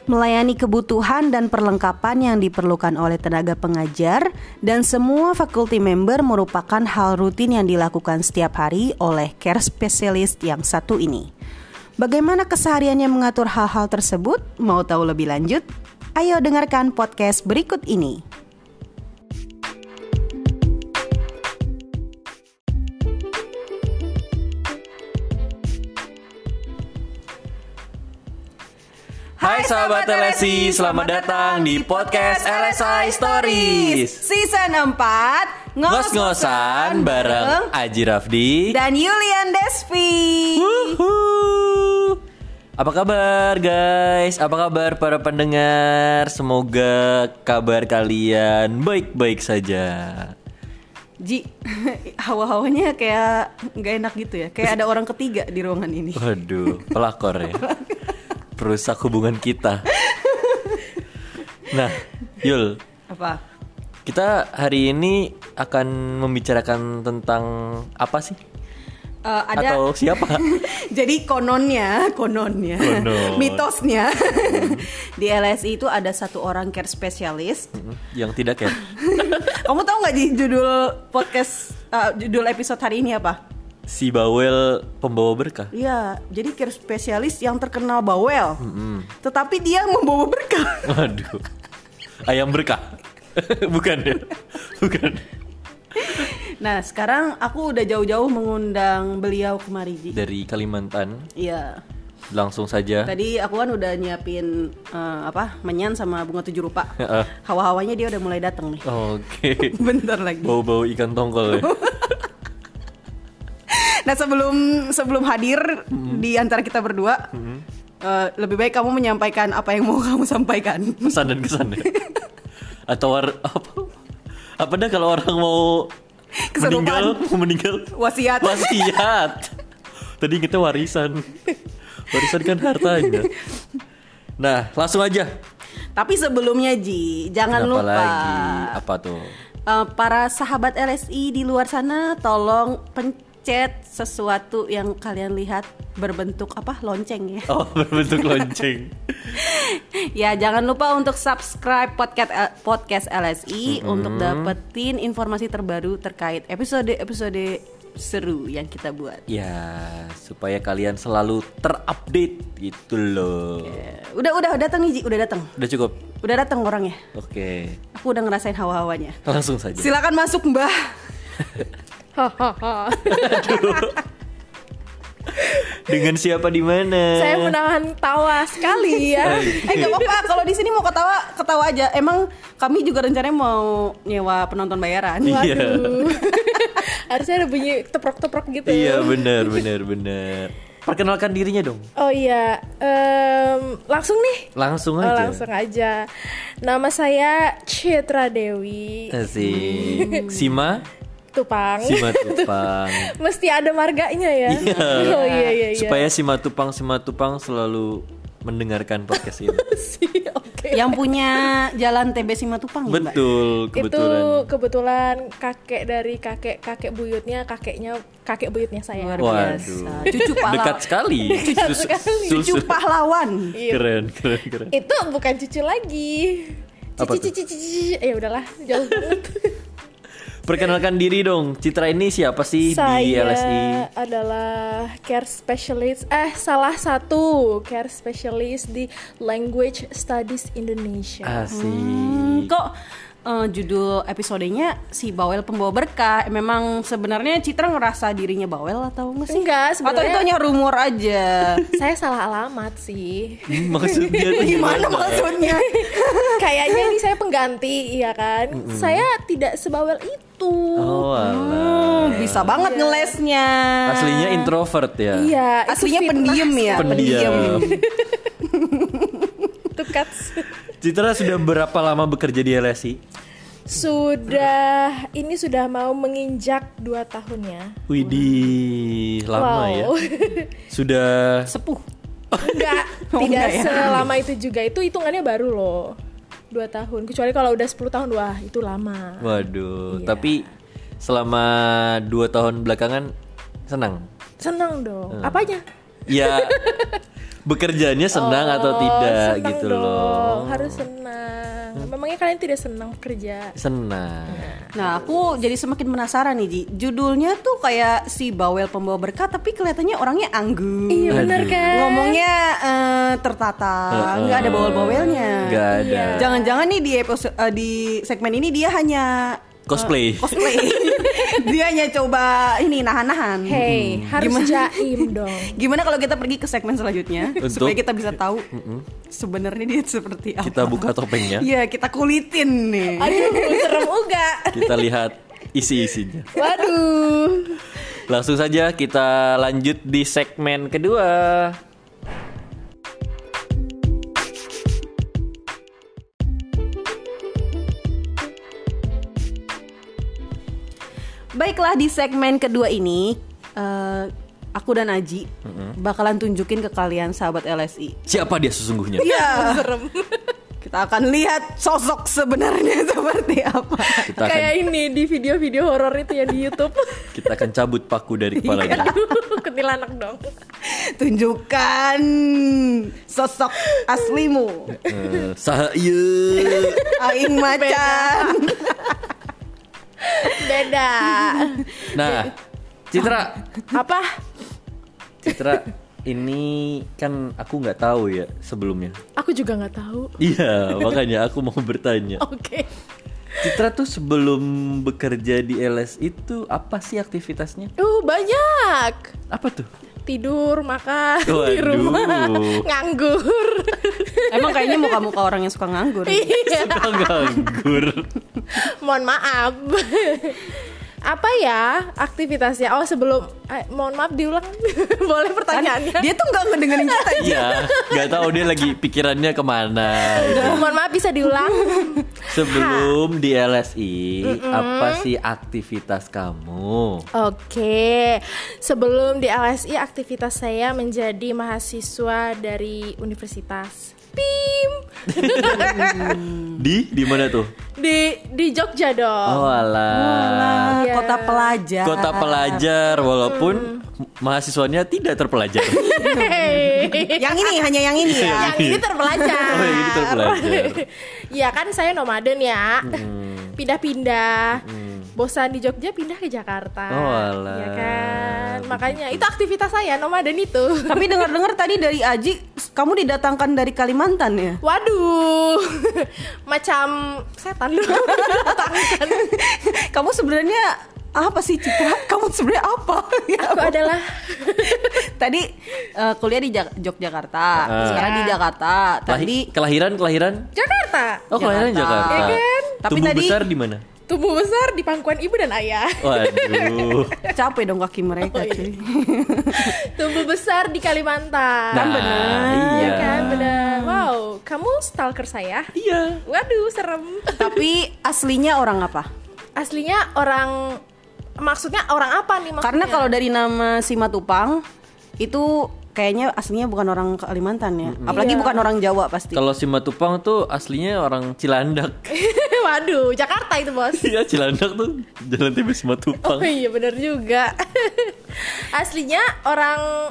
melayani kebutuhan dan perlengkapan yang diperlukan oleh tenaga pengajar, dan semua faculty member merupakan hal rutin yang dilakukan setiap hari oleh care specialist yang satu ini. Bagaimana kesehariannya mengatur hal-hal tersebut? Mau tahu lebih lanjut? Ayo dengarkan podcast berikut ini. Hai sahabat LSI, selamat datang di podcast LSI Stories Season 4 Ngos-ngosan bareng Aji Rafdi dan Yulian Desvi. Apa kabar guys? Apa kabar para pendengar? Semoga kabar kalian baik-baik saja. Ji, hawa-hawanya kayak gak enak gitu ya. Kayak ada orang ketiga di ruangan ini. Waduh, pelakor ya. Perusak hubungan kita. Nah, Yul, Apa? kita hari ini akan membicarakan tentang apa sih? Ada. Atau siapa? Jadi kononnya, Konon. mitosnya di LSI itu ada satu orang care specialist Yang tidak ya? Kamu tahu nggak di judul podcast, judul episode hari ini apa? Si bawel pembawa berkah. Iya, jadi care specialist yang terkenal bawel, tetapi dia membawa berkah. Waduh, ayam berkah. Bukan ya? Bukan. Nah, sekarang aku udah jauh-jauh mengundang beliau kemari, Ji. Dari Kalimantan. Iya. Langsung saja. Tadi aku kan udah nyiapin menyan sama bunga 7 rupa. Hawa-hawanya dia udah mulai datang nih. Oke. Bentar lagi. Bau-bau ikan tongkol ya. Nah, sebelum hadir di antara kita berdua, lebih baik kamu menyampaikan apa yang mau kamu sampaikan. Pesan dan kesan ya. Atau apa dah kalau orang mau meninggal Wasiat. Tadi kita warisan kan hartanya. Nah, langsung aja. Tapi sebelumnya, Ji, jangan Kenapa lupa lagi? Apa tuh? Para sahabat LSI di luar sana, tolong pencet sesuatu yang kalian lihat berbentuk lonceng ya. Oh, berbentuk lonceng. Ya, jangan lupa untuk subscribe podcast LSI untuk dapetin informasi terbaru terkait episode-episode seru yang kita buat. Ya, supaya kalian selalu terupdate gitu loh. Udah datang nih, Ji, udah datang. Udah cukup. Udah datang orangnya. Oke. Aku udah ngerasain hawa-hawanya. Langsung saja. Silakan masuk, Mbah. Dengan siapa di mana? Saya menahan tawa sekali ya. Nggak apa-apa, kalau di sini mau ketawa aja. Emang kami juga rencananya mau nyewa penonton bayaran. Iya. Harusnya ada bunyi teprok-teprok gitu. Iya, benar. Perkenalkan dirinya dong. Oh iya, langsung nih. Langsung aja. Langsung aja. Nama saya Citra Dewi. Asik. Sima Tupang. Mesti ada marganya ya. Iya. Oh iya. Supaya Sima Tupang selalu mendengarkan podcast ini. Oke. Yang punya jalan TB Simatupang. Betul, kebetulan. Itu kebetulan kakek dari kakek buyutnya buyutnya saya. Luar Waduh. biasa. Cucu pahlawan. Dekat sekali. Cucu pahlawan. Keren. Itu bukan cucu lagi. Cici. Ya udahlah, jauh banget. Perkenalkan diri dong. Citra ini siapa sih di LSI? Saya adalah care specialist, salah satu care specialist di Language Studies Indonesia. Asik. Kok judul episodenya si bawel pembawa berkah? Memang sebenarnya Citra ngerasa dirinya bawel atau enggak sih? Enggak, Atau sebenarnya itu hanya rumor aja? saya salah alamat sih. Maksudnya tuh Gimana maksudnya? Kayaknya ini saya pengganti, iya kan? Saya tidak sebawel itu. Oh, alah. Bisa banget ngelesnya. Aslinya introvert ya. Iya, Aslinya itu pendiam ya. Pendiam. Tukat. Citra sudah berapa lama bekerja di LSI? Sudah mau menginjak 2 tahun ya. Widih, lama ya. Sudah Sepuh. Tidak enggak ya? selama itu juga. Itu hitungannya baru loh. 2 tahun. Kecuali kalau udah 10 tahun, wah itu lama. Waduh, Iya. tapi selama 2 tahun belakangan senang? Senang dong. Apanya? Ya bekerjanya senang atau tidak senang gitu dong. loh. Harus senang. Memangnya kalian tidak senang bekerja? Senang. Nah, aku jadi semakin penasaran nih, Ji. Judulnya tuh kayak si Bawel Pembawa Berkah, tapi kelihatannya orangnya anggun. Iya bener Aduh. kan? Ngomongnya tertata, nggak ada bawel-bawelnya. Nggak ada. Iya. Jangan-jangan nih di episode di segmen ini dia hanya Cosplay. cosplay. Dia hanya coba ini nahan-nahan. Hey, harus jaim dong. Gimana kalau kita pergi ke segmen selanjutnya Untuk- supaya kita bisa tahu sebenarnya dia seperti apa. Kita buka topengnya. Iya, kita kulitin nih. Aduh, serem uga. Kita lihat isi-isinya. Waduh. Langsung saja kita lanjut di segmen kedua. Baiklah, di segmen kedua ini aku dan Aji bakalan tunjukin ke kalian sahabat LSI. Siapa dia sesungguhnya? Iya, serem. Kita akan lihat sosok sebenarnya seperti apa. Kita akan Kayak ini di video-video horor itu yang di YouTube. kita akan cabut paku dari kepalanya. Kuntilanak dong. Tunjukkan sosok aslimu. Saya. Aing macan. Beda. Nah, Citra, Apa? ini kan aku nggak tahu ya sebelumnya. Aku juga nggak tahu. Iya, makanya aku mau bertanya. Oke. Citra tuh sebelum bekerja di LS itu apa sih aktivitasnya? Banyak. Apa tuh? Tidur, makan di Waduh. rumah, nganggur. Emang kayaknya muka-muka orang yang suka nganggur. Iya. Suka nganggur. Mohon maaf. Apa ya aktivitasnya? Oh sebelum, mohon maaf diulang. Boleh pertanyaannya? Dia tuh nggak ngedengerin kita. Iya, nggak tahu dia lagi pikirannya kemana. Gitu. Mohon maaf bisa diulang. Sebelum di LSI, apa sih aktivitas kamu? Oke, sebelum di LSI aktivitas saya menjadi mahasiswa dari universitas PIM Di mana tuh? di Jogja dong. Oh alah. Iya. Kota pelajar. Kota pelajar walaupun mahasiswanya tidak terpelajar. Yang ini hanya yang ini ya. Yang ini terpelajar. Oh, yang ini terpelajar. Iya kan saya nomaden ya. Pindah-pindah. Bosan di Jogja pindah ke Jakarta. Oh, alah. Iya kan. Makanya itu aktivitas saya nomaden itu. Tapi dengar-dengar tadi dari Aji, kamu didatangkan dari Kalimantan ya? Waduh. Macam setan didatangkan. Kamu sebenarnya apa sih, Citra? Kamu sebenarnya apa? Aku adalah Tadi kuliah di Yogyakarta, sekarang di Jakarta. Tadi Kelahiran? Jakarta. Oh, kelahiran Jakarta. Iya kan? Tapi Tumbuh tadi- besar di mana? Tumbuh besar di pangkuan ibu dan ayah. Waduh. capek dong kaki mereka, cuy. Tumbuh besar di Kalimantan. Nah, Iya iya. kan, benar. Wow, kamu stalker saya? Iya. Waduh, serem. Tapi aslinya orang apa? Aslinya orang, maksudnya orang apa nih maksudnya? Karena kalau dari nama Simatupang itu kayaknya aslinya bukan orang Kalimantan ya. Apalagi Iya. bukan orang Jawa pasti. Kalau Simatupang tuh aslinya orang Cilandak. Waduh, Jakarta itu bos. Iya, Cilandak tuh Jalan TB Simatupang. Oh iya benar juga. Aslinya orang,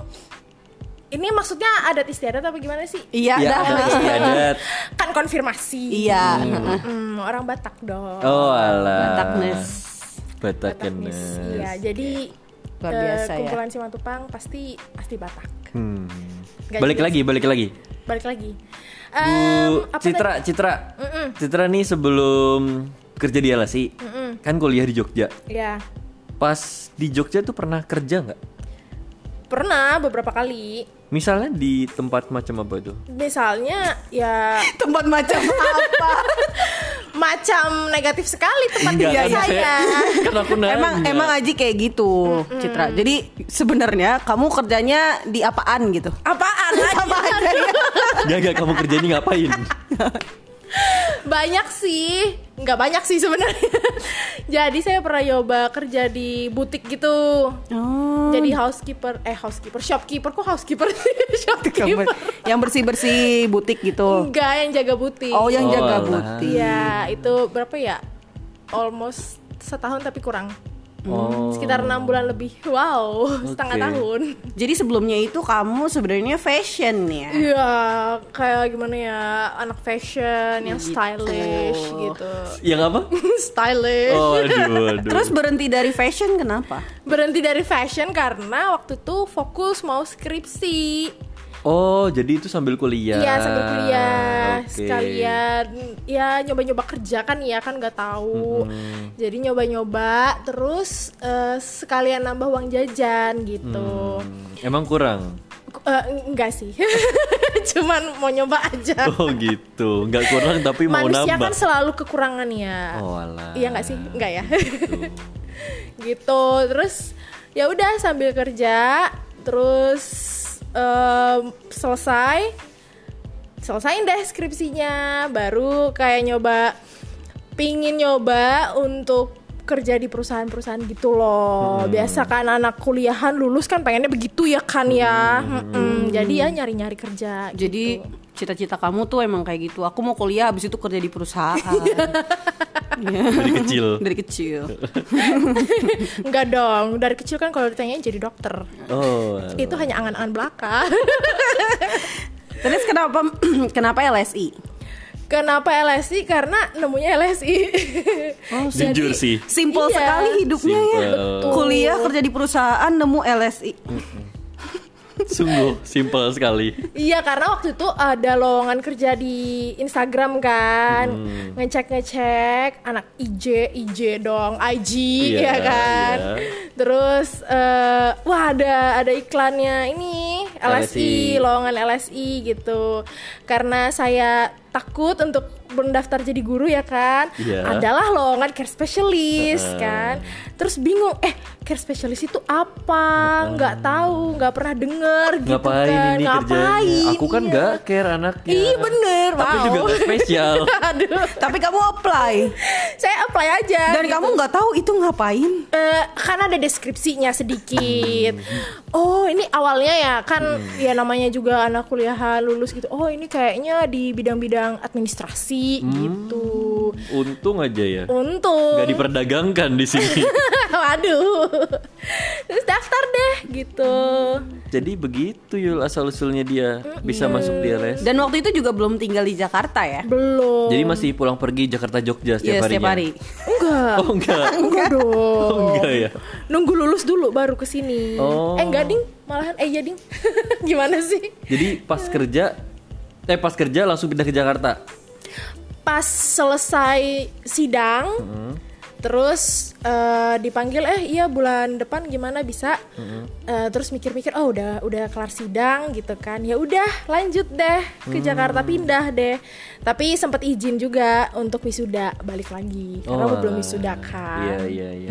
ini maksudnya adat istiadat apa gimana sih? Iya, Iya, dah. adat istiadat. Kan konfirmasi. Iya. Orang Batak dong. Oh alah. Bataknes. Batakenes. Iya, jadi Luar biasa ya. kumpulan Simatupang pasti Batak. Nggak Balik juga lagi. Balik lagi. Bu Apa Citra nih sebelum kerja di LSI, kan kuliah di Jogja. Ya, Pas di Jogja tuh pernah kerja nggak? pernah beberapa kali. Misalnya di tempat macam apa tuh? Misalnya ya Tempat macam apa? macam negatif sekali tempat Enggak, tinggal kan saya. Kan aku nanya. Emang Aji kayak gitu, Citra. Jadi sebenarnya kamu kerjanya di apaan gitu? Apaan lagi? Gak kamu kerja ini ngapain? Banyak sih, nggak banyak sih sebenarnya. Jadi saya pernah nyoba kerja di butik gitu. Oh. Jadi shopkeeper kok housekeeper sih? Shopkeeper. Yang bersih-bersih butik gitu. Enggak, yang jaga butik. Oh, yang jaga alah. butik. Iya, itu berapa ya? Almost setahun tapi kurang. Sekitar 6 bulan lebih. Wow, setengah tahun. Jadi sebelumnya itu kamu sebenarnya fashion ya? Iya, kayak gimana ya, anak fashion yang stylish gitu. Yang apa? Stylish. Oh, aduh. Terus berhenti dari fashion kenapa? Berhenti dari fashion karena waktu itu fokus mau skripsi. Oh, jadi itu sambil kuliah. Iya, sambil kuliah. Oke. Sekalian ya nyoba-nyoba kerja kan ya kan nggak tahu. Jadi nyoba-nyoba terus sekalian nambah uang jajan gitu. Emang kurang? Enggak sih. Cuman mau nyoba aja. Oh gitu, nggak kurang tapi mau Manusia nambah. kan selalu kekurangan ya. Oh alah. Iya nggak sih? Enggak ya. Gitu. Gitu. Terus ya udah sambil kerja terus selesaiin deh skripsinya, baru kayak pingin nyoba untuk kerja di perusahaan-perusahaan gitu loh. Biasa kan anak kuliahan lulus kan pengennya begitu ya kan ya. Jadi ya nyari-nyari kerja. Jadi cita-cita kamu tuh emang kayak gitu. Aku mau kuliah habis itu kerja di perusahaan. Dari kecil. Dari kecil. Enggak dong, dari kecil kan kalau ditanyain jadi dokter. Oh. Itu hanya angan-angan belaka. Terus kenapa LSI? Kenapa LSI? Karena nemunya LSI. Oh, Jujur sih. Simple Iya. sekali hidupnya ya. Simple. Kuliah kerja di perusahaan nemu LSI. Sungguh simpel sekali. Iya, karena waktu itu ada lowongan kerja di Instagram kan. Ngecek anak IG dong, IG Iya, ya kan. iya. Terus wah ada iklannya ini LSI, lowongan LSI gitu. Karena saya takut untuk mendaftar jadi guru ya kan. Iya. Adalah lowongan care specialist kan. Terus bingung, care specialist itu apa? Nggak tahu, nggak pernah denger gitu Ngapain kan. ini kerjanya? Aku kan iya. nggak care anaknya. Iya bener, Tapi juga nggak spesial. Aduh, Tapi kamu apply saya apply aja. dan kamu nggak tahu itu ngapain. Kan ada deskripsinya sedikit. Oh ini awalnya ya kan ya namanya juga anak kuliahan lulus gitu. Oh ini kayaknya di bidang-bidang administrasi gitu. Untung aja ya. Untung. Nggak diperdagangkan di sini. Waduh. Terus daftar deh gitu. Jadi begitu Yul asal usulnya dia bisa masuk di LS. Dan waktu itu juga belum tinggal di Jakarta ya? Belum. Jadi masih pulang pergi Jakarta Jogja setiap Iya, harinya. setiap hari. Enggak. Oh enggak. Enggak dong. Oh enggak ya. Nunggu lulus dulu baru kesini. Oh. Enggak ding, malahan ya ding. Gimana sih? Jadi pas kerja langsung pindah ke Jakarta. Pas selesai sidang, terus dipanggil iya bulan depan gimana bisa? Terus mikir-mikir oh udah kelar sidang gitu kan. Ya udah lanjut deh ke Jakarta, pindah deh. Tapi sempat izin juga untuk wisuda balik lagi karena aku belum wisuda kan. Iya.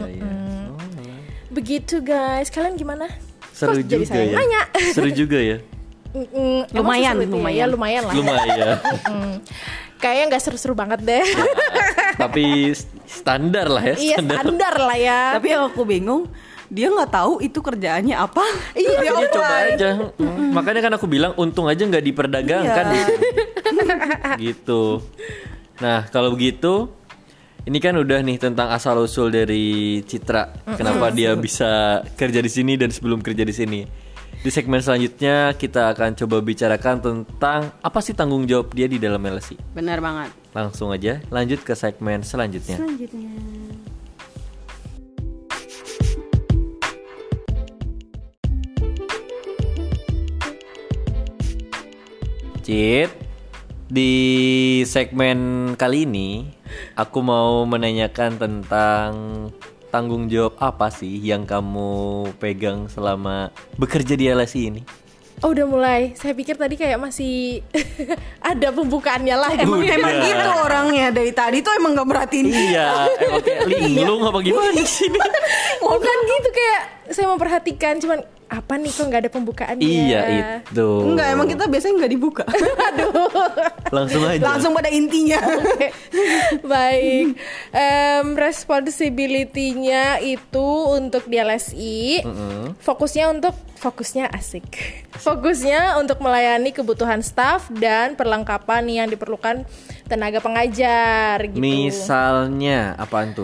Begitu guys, kalian gimana? Seru Kok jadi juga saya yang ya. nanya? Seru juga ya. Emang Lumayan, seru itu ya? lumayan. Ya, lumayan lah. Lumayan. Kayaknya nggak seru-seru banget deh. Tapi standar lah ya. Iya standar lah ya. Tapi yang aku bingung, dia nggak tahu itu kerjaannya apa. Iya, Dia Jadi coba apply. aja. Makanya kan aku bilang untung aja nggak diperdagangkan Iya. di sini. Gitu. Nah kalau begitu, ini kan udah nih tentang asal usul dari Citra. Kenapa dia bisa kerja di sini dan sebelum kerja di sini. Di segmen selanjutnya kita akan coba bicarakan tentang apa sih tanggung jawab dia di dalam LSI. Benar banget. Langsung aja lanjut ke segmen selanjutnya. Selanjutnya. Cit, di segmen kali ini aku mau menanyakan tentang tanggung jawab apa sih yang kamu pegang selama bekerja di LSI ini? Oh udah mulai. Saya pikir tadi kayak masih ada pembukaannya lah. Emang Udah. gitu orangnya dari tadi tuh emang nggak merhatiin. Iya, emang kayak linglung apa gimana di sini? Bukan gitu kayak saya memperhatikan cuman apa nih kok nggak ada pembukaannya. Iya itu. Enggak, emang kita biasanya nggak dibuka. Langsung aja. Langsung pada intinya. Baik, responsibility-nya itu untuk di LSI, fokusnya asik. Fokusnya untuk melayani kebutuhan staf dan perlengkapan yang diperlukan tenaga pengajar gitu. Misalnya apaan tuh?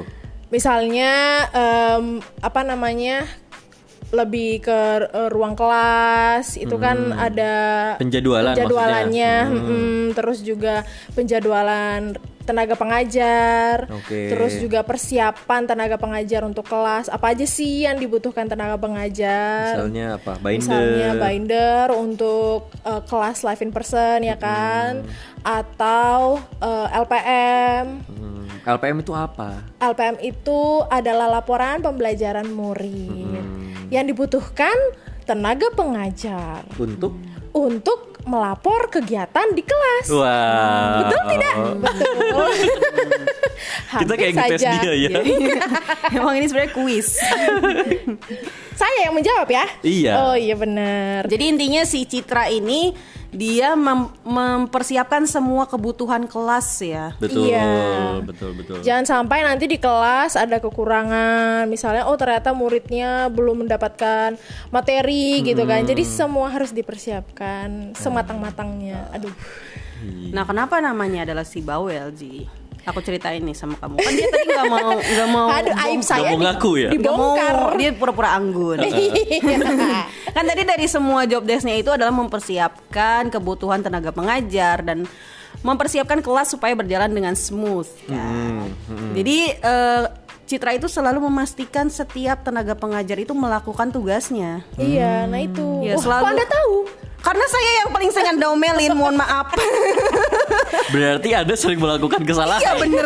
misalnya apa namanya, lebih ke ruang kelas itu kan ada penjadwalannya, terus juga penjadwalan tenaga pengajar, terus juga persiapan tenaga pengajar untuk kelas. Apa aja sih yang dibutuhkan tenaga pengajar? Misalnya apa? Misalnya binder untuk kelas live in person ya kan, atau LPM. LPM itu apa? LPM itu adalah laporan pembelajaran murid. Yang dibutuhkan tenaga pengajar untuk melapor kegiatan di kelas. Wah. Betul tidak? Betul. Kita kayak ngetes dia ya. Emang ini sebenarnya kuis. Saya yang menjawab ya? Iya. Oh iya benar. Jadi intinya si Citra ini dia mempersiapkan semua kebutuhan kelas ya. Betul, Iya. betul. Jangan sampai nanti di kelas ada kekurangan. Misalnya ternyata muridnya belum mendapatkan materi gitu kan. Jadi semua harus dipersiapkan sematang-matangnya. Aduh. Nah, kenapa namanya adalah si Bawel, Ji? Aku ceritain nih sama kamu. Kan dia tadi nggak mau. Aduh, aib saya mau ngaku ya? dibongkar. Dia pura-pura anggun. Kan tadi dari semua job desk-nya itu adalah mempersiapkan kebutuhan tenaga pengajar dan mempersiapkan kelas supaya berjalan dengan smooth kan. Jadi Citra itu selalu memastikan setiap tenaga pengajar itu melakukan tugasnya. Iya, nah itu. Ya, Kok Anda tahu? Karena saya yang paling sering domelin, mohon maaf. Berarti Anda sering melakukan kesalahan. Iya bener.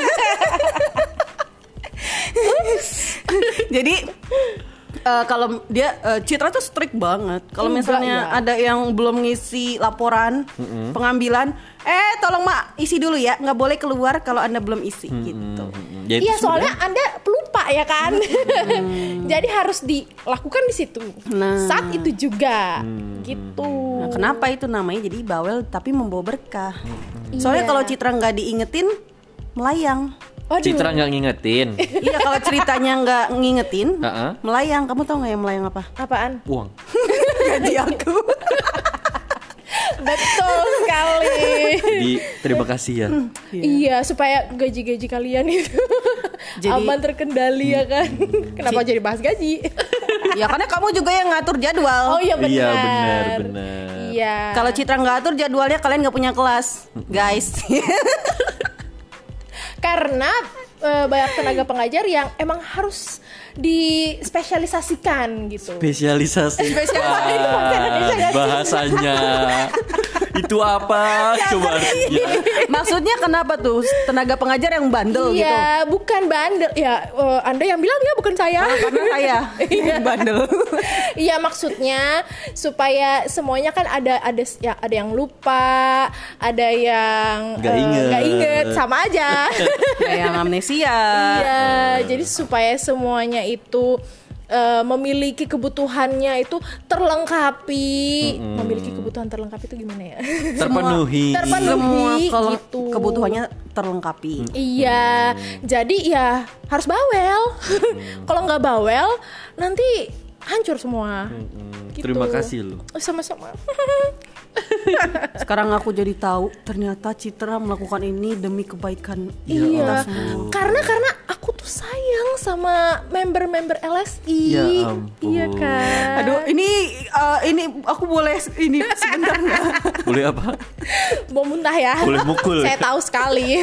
Jadi kalau dia Citra tuh strict banget. Kalau misalnya ada yang belum ngisi laporan pengambilan, tolong Mak isi dulu ya, nggak boleh keluar kalau Anda belum isi gitu. Iya soalnya Anda pelupa ya kan. Jadi harus dilakukan di situ. Saat itu juga gitu. Nah, kenapa itu namanya jadi bawel tapi membawa berkah? Soalnya kalau Citra nggak diingetin melayang. Waduh. Citra nggak ngingetin. Iya kalau ceritanya nggak ngingetin melayang. Kamu tahu nggak yang melayang apa? Apaan? Uang. Gaji aku. Betul sekali. Jadi terima kasih ya. Iya supaya gaji-gaji kalian itu aman terkendali ya kan. Kenapa jadi bahas gaji? Ya karena kamu juga yang ngatur jadwal. Oh iya benar. Iya benar. Iya. Kalau Citra nggak atur jadwalnya kalian nggak punya kelas, guys. Karena banyak tenaga pengajar yang emang harus dispesialisasikan gitu. Spesialisasi. Bahasanya. Itu apa? Coba artinya. Maksudnya kenapa tuh tenaga pengajar yang bandel gitu? Iya, bukan bandel. Ya, Anda yang bilang ya, bukan saya. Karena saya bandel. Iya, maksudnya supaya semuanya kan ada yang lupa, ada yang Nggak inget, sama aja. Kayak yang amnesia. Iya, jadi supaya semuanya itu memiliki kebutuhannya itu terlengkapi. Memiliki kebutuhan terlengkapi itu gimana ya? Terpenuhi. Semua gitu. kebutuhannya terlengkapi. Iya, jadi ya harus bawel. Kalau nggak bawel, nanti hancur semua. Gitu. Terima kasih loh. Sama-sama. Sekarang aku jadi tahu ternyata Citra melakukan ini demi kebaikan kita Iya, semua. karena aku tuh sayang sama member-member LSI. Ya ampun. Iya kan. Aduh, ini aku boleh ini sebentar nggak? Boleh apa? Mau muntah ya? Boleh mukul. Saya tahu sekali.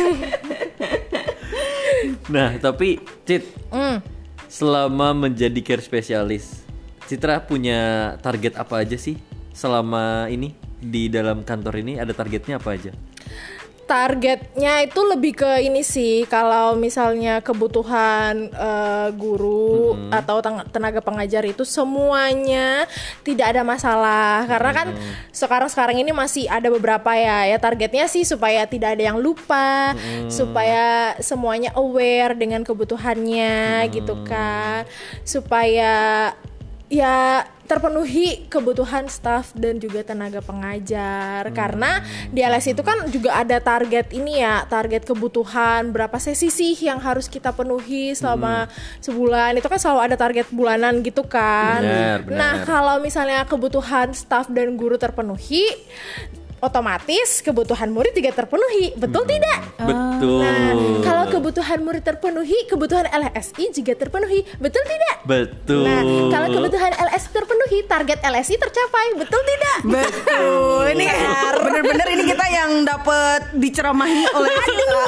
Nah, tapi Cit, selama menjadi care spesialis, Citra punya target apa aja sih selama ini di dalam kantor ini? Ada targetnya apa aja? Targetnya itu lebih ke ini sih, kalau misalnya kebutuhan guru atau tenaga pengajar itu semuanya tidak ada masalah. Karena kan sekarang ini masih ada beberapa ya targetnya sih supaya tidak ada yang lupa, supaya semuanya aware dengan kebutuhannya gitu kan, supaya ya terpenuhi kebutuhan staf dan juga tenaga pengajar. Karena di LS itu kan juga ada target ini ya, target kebutuhan berapa sesi sih yang harus kita penuhi selama sebulan. Itu kan selalu ada target bulanan gitu kan. Benar. Nah kalau misalnya kebutuhan staf dan guru terpenuhi, otomatis kebutuhan murid juga terpenuhi, betul tidak? Betul. Nah, kalau kebutuhan murid terpenuhi, kebutuhan LSI juga terpenuhi, betul tidak? Betul. Nah, kalau kebutuhan LSI terpenuhi, target LSI tercapai, betul tidak? Betul. Ini bener-bener ini kita yang dapat diceramahi oleh Citra.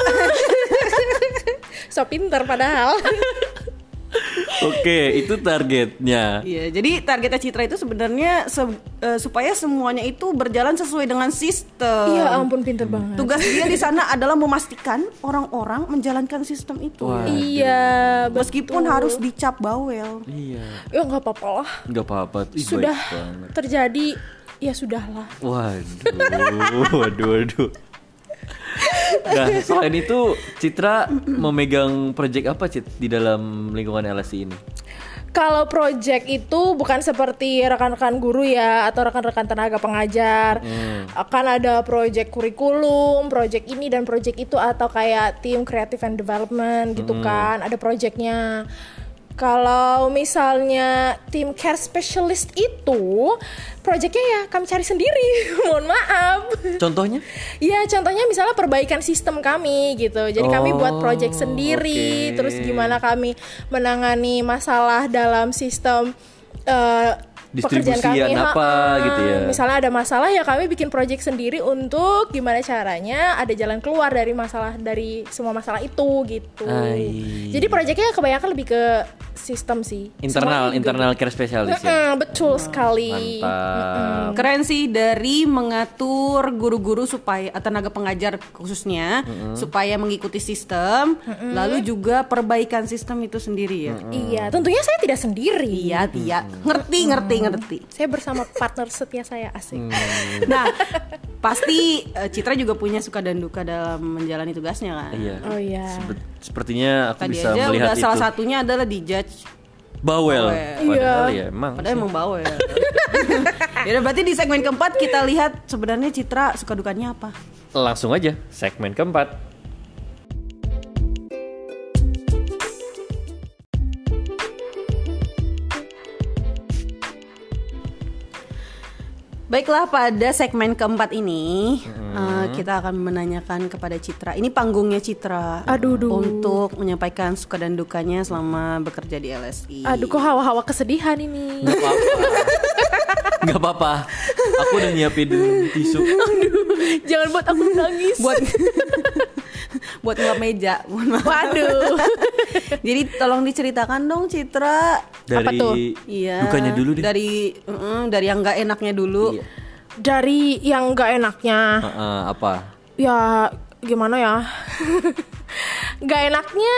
So pinter padahal. Oke, itu targetnya. Iya, jadi targetnya Citra itu sebenarnya supaya semuanya itu berjalan sesuai dengan sistem. Iya ampun, pinter banget. Tugas dia di sana adalah memastikan orang-orang menjalankan sistem itu. Wah. Iya, Meskipun betul. harus dicap bawel. Iya. Ya nggak apa-apa lah. Nggak apa-apa. Ih, Sudah baik banget. terjadi, ya sudahlah. Waduh. Nah, selain itu Citra memegang project apa Cit di dalam lingkungan LSI ini? Kalau project itu bukan seperti rekan-rekan guru ya atau rekan-rekan tenaga pengajar. Akan ada project kurikulum, project ini dan project itu, atau kayak tim creative and development gitu kan. Ada projectnya. Kalau misalnya tim care specialist itu projectnya ya kami cari sendiri. Mohon maaf. Contohnya? Ya contohnya misalnya perbaikan sistem kami gitu. Jadi kami buat project sendiri. Oke. Terus gimana kami menangani masalah dalam sistem pekerjaan kami. Distribusian apa gitu ya. Misalnya ada masalah ya kami bikin project sendiri untuk gimana caranya ada jalan keluar dari semua masalah itu gitu. Jadi projectnya kebanyakan lebih ke sistem sih. Internal care specialist ya. Betul sekali. Mantap. Keren sih, dari mengatur guru-guru supaya tenaga pengajar khususnya supaya mengikuti sistem, lalu juga perbaikan sistem itu sendiri ya. Iya, tentunya saya tidak sendiri. Iya, Tia. Ngerti. Saya bersama partner setia saya, asik. Nah, pasti Citra juga punya suka dan duka dalam menjalani tugasnya kan. Iya. Oh iya. Sepertinya aku Tadi bisa aja melihat udah itu. salah satunya adalah dijudge. Bawel. Padahal Iya. ya emang. Padahal emang bawel. Yaudah, berarti di segmen keempat kita lihat sebenarnya Citra suka dukanya apa. Langsung aja segmen keempat. Baiklah, pada segmen keempat ini kita akan menanyakan kepada Citra. Ini panggungnya Citra. Aduh. Untuk menyampaikan suka dan dukanya selama bekerja di LSI. Aduh, kok hawa-hawa kesedihan ini. Gak apa-apa. Aku udah nyiapin tisu. Jangan buat aku nangis. Buat ngelap meja. Waduh. Jadi tolong diceritakan dong Citra. Dari Apa tuh? Iya. dukanya dulu deh. Dari yang nggak enaknya dulu. Iya. Dari yang gak enaknya, Apa? ya gimana ya? Gak enaknya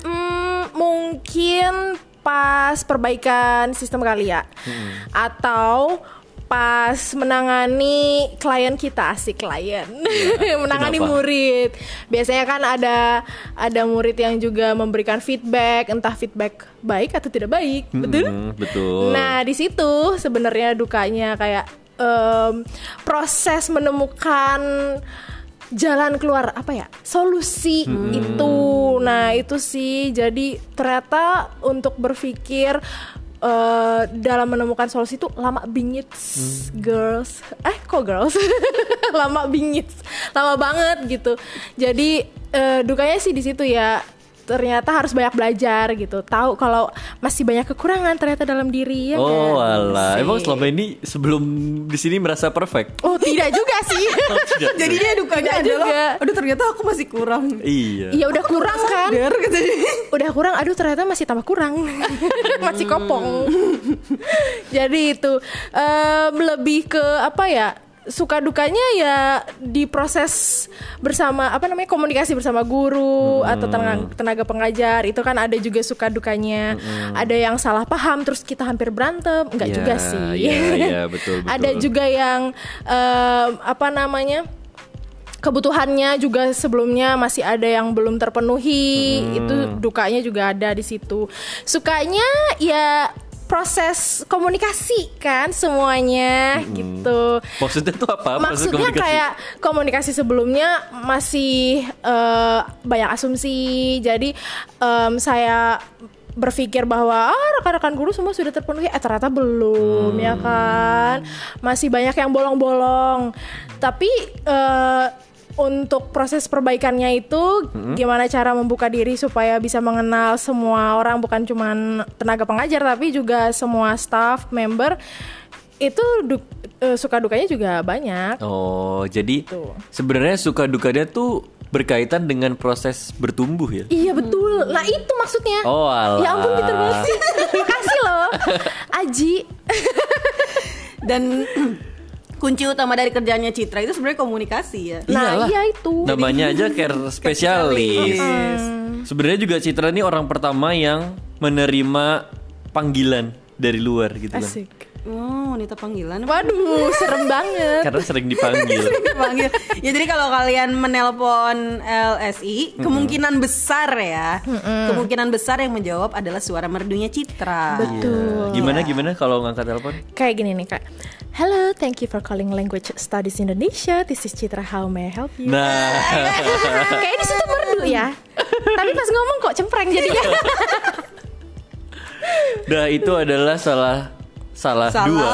mungkin pas perbaikan sistem kali ya. Atau pas menangani klien kita, asik klien. Menangani kenapa? murid. Biasanya kan ada murid yang juga memberikan feedback, entah feedback baik atau tidak baik. Betul? Betul. Nah, di situ sebenarnya dukanya kayak proses menemukan jalan keluar solusi itu. Nah, itu sih. Jadi ternyata untuk berpikir dalam menemukan solusi itu lama bingit, girls. Girls? Lama bingit, lama banget gitu. Jadi dukanya sih di situ ya. Ternyata harus banyak belajar gitu. Tahu kalau masih banyak kekurangan ternyata dalam diri ya. Oh kan? alah, Sih. emang selama ini sebelum di sini merasa perfect. Oh, tidak juga sih. Jadinya dukanya Tidak adalah, juga. aduh ternyata aku masih kurang. Iya. Iya udah kurang kan? Sadar katanya. Udah kurang, aduh ternyata masih tambah kurang. Masih kopong. Jadi itu lebih ke apa ya? Suka dukanya ya di proses bersama komunikasi bersama guru atau tenaga pengajar. Itu kan ada juga suka dukanya. Ada yang salah paham terus kita hampir berantem, enggak Ya, juga sih. Iya, betul. Ada juga yang kebutuhannya juga sebelumnya masih ada yang belum terpenuhi. Itu dukanya juga ada di situ. Sukanya ya proses komunikasi kan semuanya gitu. Maksudnya tuh apa? Proses Maksudnya komunikasi? kayak komunikasi sebelumnya masih banyak asumsi. Jadi saya berpikir bahwa rekan-rekan guru semua sudah terpenuhi, ternyata belum ya kan, masih banyak yang bolong-bolong. Tapi untuk proses perbaikannya itu gimana cara membuka diri supaya bisa mengenal semua orang, bukan cuma tenaga pengajar tapi juga semua staff member, itu suka dukanya juga banyak. Oh, jadi sebenarnya suka dukanya tuh berkaitan dengan proses bertumbuh ya? Iya betul. Nah itu maksudnya. Oh alah. Ya ampun pinter banget sih. Makasih loh Aji. Dan kunci utama dari kerjanya Citra itu sebenarnya komunikasi ya. Nah iya itu. Namanya aja care spesialis. Sebenarnya juga Citra ini orang pertama yang menerima panggilan dari luar gitu kan. Asik. Oh, wanita panggilan. Waduh, serem banget. Karena sering dipanggil. Dipanggil. Ya jadi kalau kalian menelpon LSI, kemungkinan besar ya, kemungkinan besar yang menjawab adalah suara merdunya Citra. Betul. Gimana kalau ngangkat telepon? Kayak gini nih Kak. Hello, thank you for calling Language Studies Indonesia. This is Citra. How may I help you? Nah, Kayak di situ merdu ya. Tapi pas ngomong kok cempreng jadinya. nah itu adalah salah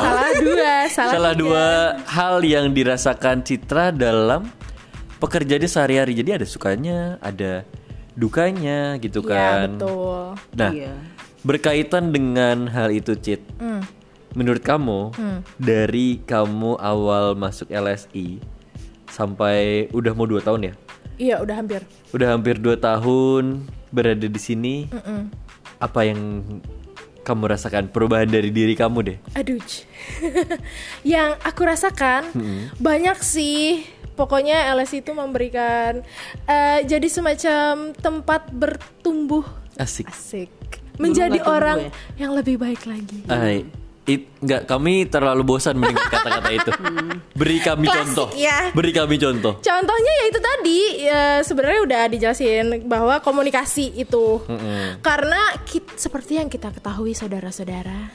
dua hal yang dirasakan Citra dalam pekerjaannya sehari-hari. Jadi ada sukanya, ada dukanya gitu Iya, kan. betul. Nah, Iya. berkaitan dengan hal itu Cit, menurut kamu dari kamu awal masuk LSI sampai udah mau 2 tahun ya? Iya, udah hampir. Udah hampir 2 tahun berada di sini. Apa yang kamu rasakan perubahan dari diri kamu deh? Aduh. Yang aku rasakan banyak sih. Pokoknya LSI itu memberikan jadi semacam tempat bertumbuh. Asik. Menjadi nggak tumbuh orang ya? yang lebih baik lagi. Enggak, kami terlalu bosan mendengar kata-kata itu. Beri kami Klasik, contoh. ya. Beri kami contoh. Contohnya ya itu tadi, sebenarnya udah dijelasin bahwa komunikasi itu. Karena seperti yang kita ketahui saudara-saudara,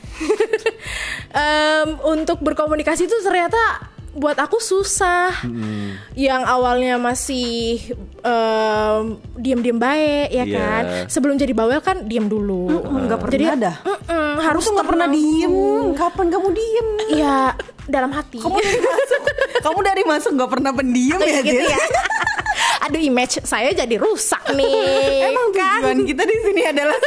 untuk berkomunikasi itu ternyata buat aku susah. Yang awalnya masih diam-diam baik ya Iya. kan. Sebelum jadi bawel kan diam dulu. Nggak pernah Jadi ada. harus Kamu nggak pernah diem. Kapan kamu diem? Iya, dalam hati. Kamu dari masuk nggak pernah pendiam ya, gitu Cit? ya. Aduh, image saya jadi rusak nih. Emang tujuan kita di sini adalah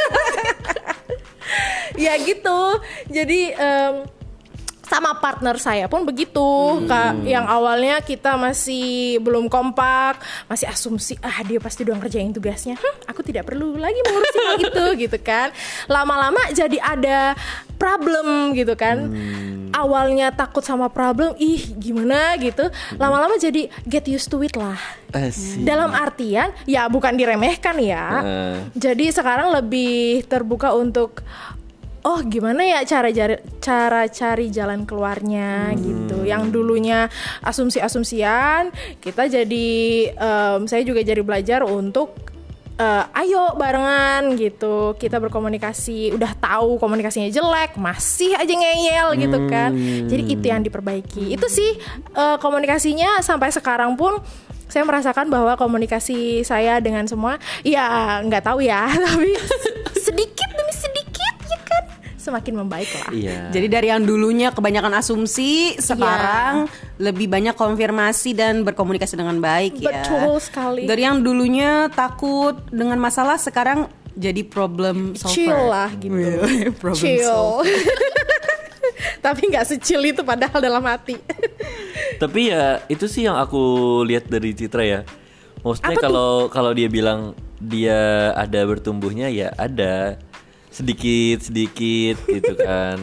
Ya gitu. Jadi sama partner saya pun begitu. Kak, yang awalnya kita masih belum kompak, masih asumsi dia pasti udah ngerjain tugasnya. Aku tidak perlu lagi mengurusi hal itu gitu kan. Lama-lama jadi ada problem gitu kan. Awalnya takut sama problem, gimana gitu. Lama-lama jadi get used to it lah. Asik. Dalam artian ya bukan diremehkan ya. Jadi sekarang lebih terbuka untuk gimana ya cara cari jalan keluarnya gitu. Yang dulunya asumsi-asumsian, kita jadi saya juga jadi belajar untuk ayo barengan gitu. Kita berkomunikasi, udah tahu komunikasinya jelek, masih aja ngeyel gitu kan. Jadi itu yang diperbaiki. Itu sih komunikasinya sampai sekarang pun saya merasakan bahwa komunikasi saya dengan semua, ya nggak tahu ya, tapi sedikit demi sedikit ya kan semakin membaik lah. Iya. Jadi dari yang dulunya kebanyakan asumsi, sekarang lebih banyak konfirmasi dan berkomunikasi dengan baik ya. Betul sekali. Dari yang dulunya takut dengan masalah, sekarang jadi problem solver. Chill lah gitu. Problem Chill. solver. Tapi nggak secil itu padahal dalam hati. Tapi ya itu sih yang aku lihat dari Citra ya. Maksudnya kalau dia bilang dia ada bertumbuhnya, ya ada sedikit gitu kan.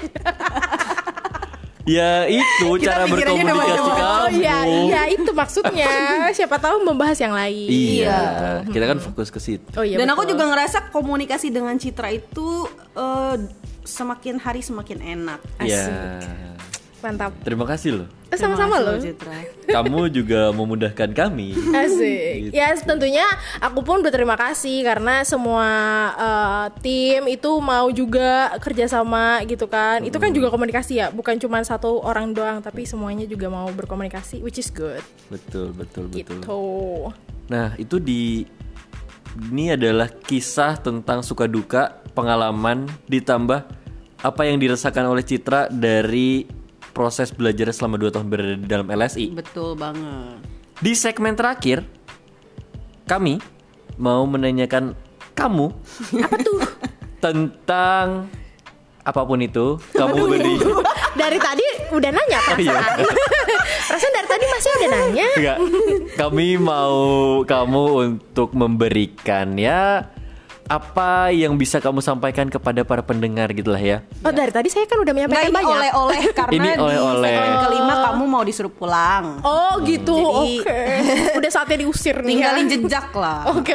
Ya itu cara pikirannya berkomunikasi nama-nama. kamu. Oh iya itu maksudnya. Siapa tahu membahas yang lain. Iya. Kita kan fokus ke situ. Oh iya. Dan aku betul. juga ngerasa komunikasi dengan Citra itu semakin hari semakin enak. Iya. Mantap. Terima kasih loh. Sama-sama loh. Citra. Kamu juga memudahkan kami. Asik. Gitu. Ya tentunya aku pun berterima kasih karena semua tim itu mau juga kerjasama gitu kan. Itu kan juga komunikasi ya, bukan cuma satu orang doang, tapi semuanya juga mau berkomunikasi, which is good. Betul. Gitu. Nah itu Ini adalah kisah tentang suka duka, pengalaman, ditambah apa yang dirasakan oleh Citra dari proses belajar selama 2 tahun berada di dalam LSI. Betul banget. Di segmen terakhir, kami mau menanyakan kamu Apa tuh? tentang apapun itu. Kamu beri Dari tadi udah nanya perasaan. Perasaan dari tadi masih udah nanya. Enggak. Kami mau kamu untuk memberikan ya apa yang bisa kamu sampaikan kepada para pendengar gitulah ya. Oh, dari tadi saya kan udah Nggak, menyampaikan ini banyak. oleh-oleh karena Ini oleh-oleh. di segmen kelima kamu mau disuruh pulang. Oh gitu, Jadi- oke. Udah saatnya diusir nih. Tinggalin ya. jejak lah. Oke.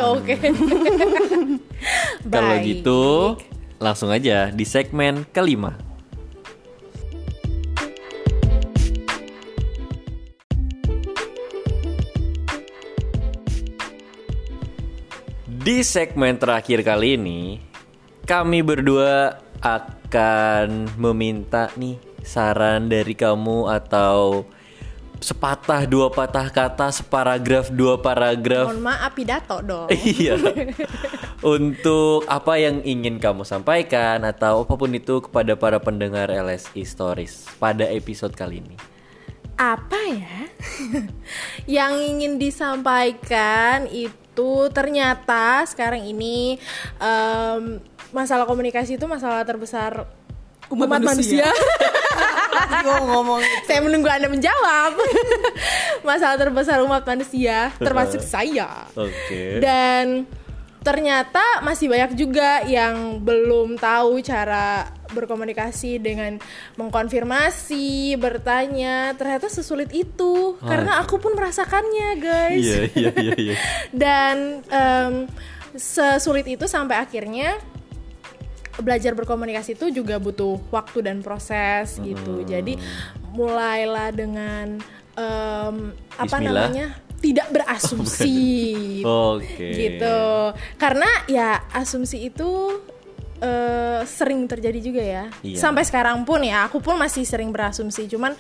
Kalau Baik. gitu langsung aja di segmen kelima. Di segmen terakhir kali ini, kami berdua akan meminta nih saran dari kamu atau sepatah 2 patah kata, separagraf 2 paragraf. Mohon maaf pidato dong. Iya. Untuk apa yang ingin kamu sampaikan atau apapun itu kepada para pendengar LSI Stories pada episode kali ini. Apa ya? Yang ingin disampaikan itu ternyata sekarang ini masalah komunikasi itu masalah terbesar umat manusia. Gue ngomong Saya menunggu Anda menjawab. Masalah terbesar umat manusia termasuk saya. Oke. Dan ternyata masih banyak juga yang belum tahu cara berkomunikasi dengan mengkonfirmasi, bertanya. Ternyata sesulit itu karena aku pun merasakannya, guys. Iya. Dan sesulit itu sampai akhirnya belajar berkomunikasi itu juga butuh waktu dan proses gitu. Jadi mulailah dengan apa Bismillah. namanya? Tidak berasumsi. Oke. Gitu. Karena ya asumsi itu sering terjadi juga ya. Iya. Sampai sekarang pun ya aku pun masih sering berasumsi. Cuman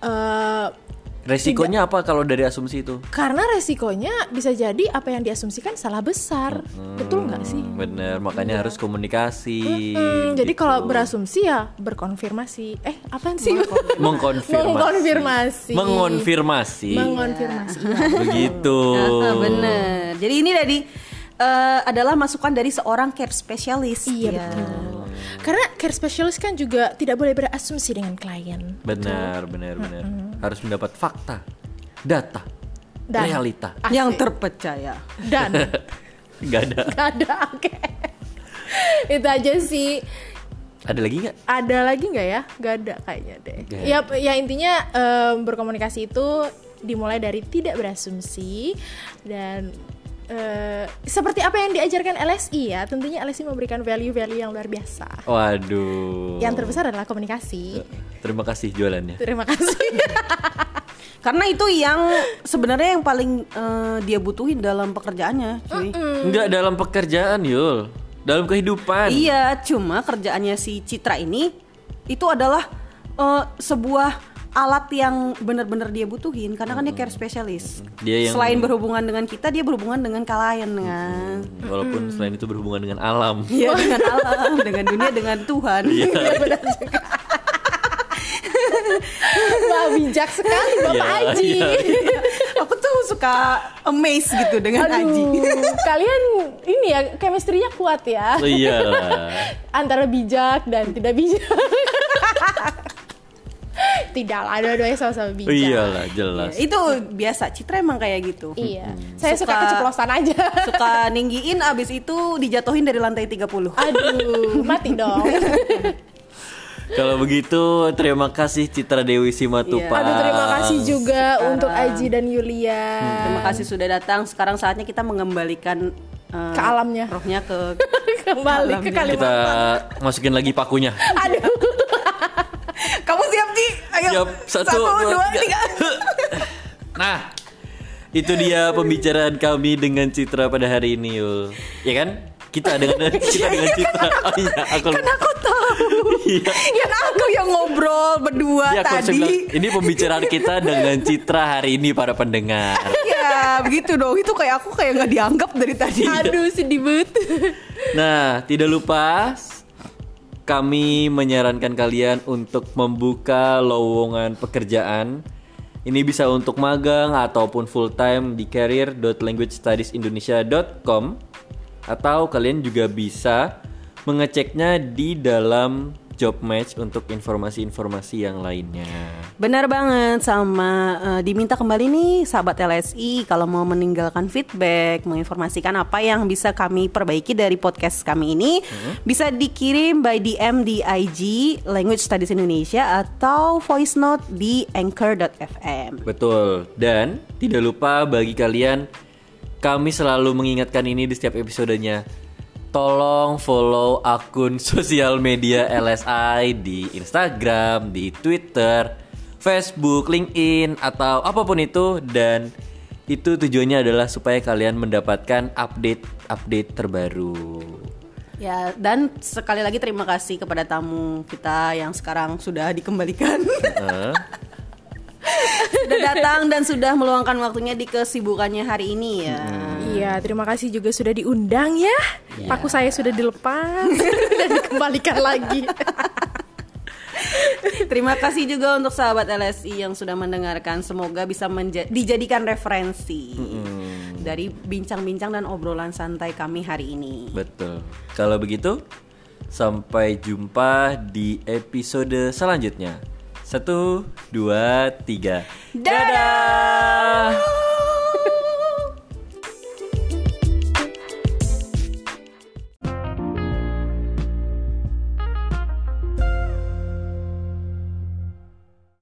Resikonya apa kalau dari asumsi itu? karena resikonya bisa jadi apa yang diasumsikan salah besar. Betul nggak sih? Bener, makanya harus komunikasi. Jadi gitu. kalau berasumsi ya berkonfirmasi. Apaan sih? Mengkonfirmasi. Mengonfirmasi. Mengonfirmasi. Mengonfirmasi. Begitu. bener. Jadi ini adalah masukan dari seorang care specialist. Iya, Ya. betul. Karena care specialist kan juga tidak boleh berasumsi dengan klien. Benar. Harus mendapat fakta, data, Dan- realita. Asik. Yang terpercaya. Dan Gak ada. gak ada, oke. Itu aja sih. Ada lagi nggak? Ada lagi nggak ya? Gak ada kayaknya deh. Gak Ya, ya intinya berkomunikasi itu dimulai dari tidak berasumsi dan seperti apa yang diajarkan LSI ya. Tentunya LSI memberikan value-value yang luar biasa. Waduh. Yang terbesar adalah komunikasi. Terima kasih jualannya. Terima kasih. Karena itu yang sebenarnya yang paling dia butuhin dalam pekerjaannya, cuy. Enggak dalam pekerjaan, Yul. Dalam kehidupan. Iya, cuma kerjaannya si Citra ini itu adalah sebuah alat yang benar-benar dia butuhin karena kan dia care specialist. Dia yang- Selain berhubungan dengan kita, dia berhubungan dengan klien kan. Walaupun selain itu berhubungan dengan alam. Iya, dengan alam, dengan dunia, dengan Tuhan. Iya. Wah, bijak sekali Bapak Iya, Aji. iya. Aku tuh suka amazed gitu dengan Aji. Kalian ini ya chemistry-nya kuat ya. Oh, iyalah. Antara bijak dan tidak bijak. Tidak lah, dua-duanya sama-sama bijak. Oh, iyalah, jelas. Itu biasa, Citra emang kayak gitu. Iya. Saya suka Suka- keceplosan aja. Suka ninggiin, abis itu dijatuhin dari lantai 30. Aduh, mati dong. Kalau begitu, terima kasih Citra Dewi Simatupang. Aduh, terima kasih juga untuk Aji dan Yulia. Terima kasih sudah datang. Sekarang saatnya kita mengembalikan Ke alamnya. rohnya ke Kembali ke Kita Kalimantan. masukin lagi pakunya. Aduh. Kamu siap, Ci? Ayo. Siap, satu, dua, tiga. Nah, itu dia pembicaraan kami dengan Citra pada hari ini, Yul. Ya kan? Kita dengan Citra. Oh iya, aku tahu. Iya. Kan aku yang ngobrol berdua Iya, tadi. Ini pembicaraan kita dengan Citra hari ini para pendengar. Ya begitu dong. Itu kayak aku kayak nggak dianggap dari tadi. Aduh sedih banget. Nah, tidak lupa kami menyarankan kalian untuk membuka lowongan pekerjaan. Ini bisa untuk magang ataupun full time di career.languagestudiesindonesia.com, atau kalian juga bisa mengeceknya di dalam job match untuk informasi-informasi yang lainnya. Benar banget, sama diminta kembali nih sahabat LSI kalau mau meninggalkan feedback, menginformasikan apa yang bisa kami perbaiki dari podcast kami ini, bisa dikirim by DM di IG Language Studies Indonesia atau voice note di anchor.fm. Betul. Dan tidak lupa bagi kalian, kami selalu mengingatkan ini di setiap episodenya. Tolong follow akun sosial media LSI di Instagram, di Twitter, Facebook, LinkedIn, atau apapun itu. Dan itu tujuannya adalah supaya kalian mendapatkan update terbaru. Ya, dan sekali lagi terima kasih kepada tamu kita yang sekarang sudah dikembalikan. Sudah datang dan sudah meluangkan waktunya di kesibukannya hari ini ya. Iya, terima kasih juga sudah diundang ya. Paku saya sudah dilepas dan dikembalikan lagi. Terima kasih juga untuk sahabat LSI yang sudah mendengarkan. Semoga bisa dijadikan referensi dari bincang-bincang dan obrolan santai kami hari ini. Betul. Kalau begitu, sampai jumpa di episode selanjutnya. 1, 2, 3. Dadah!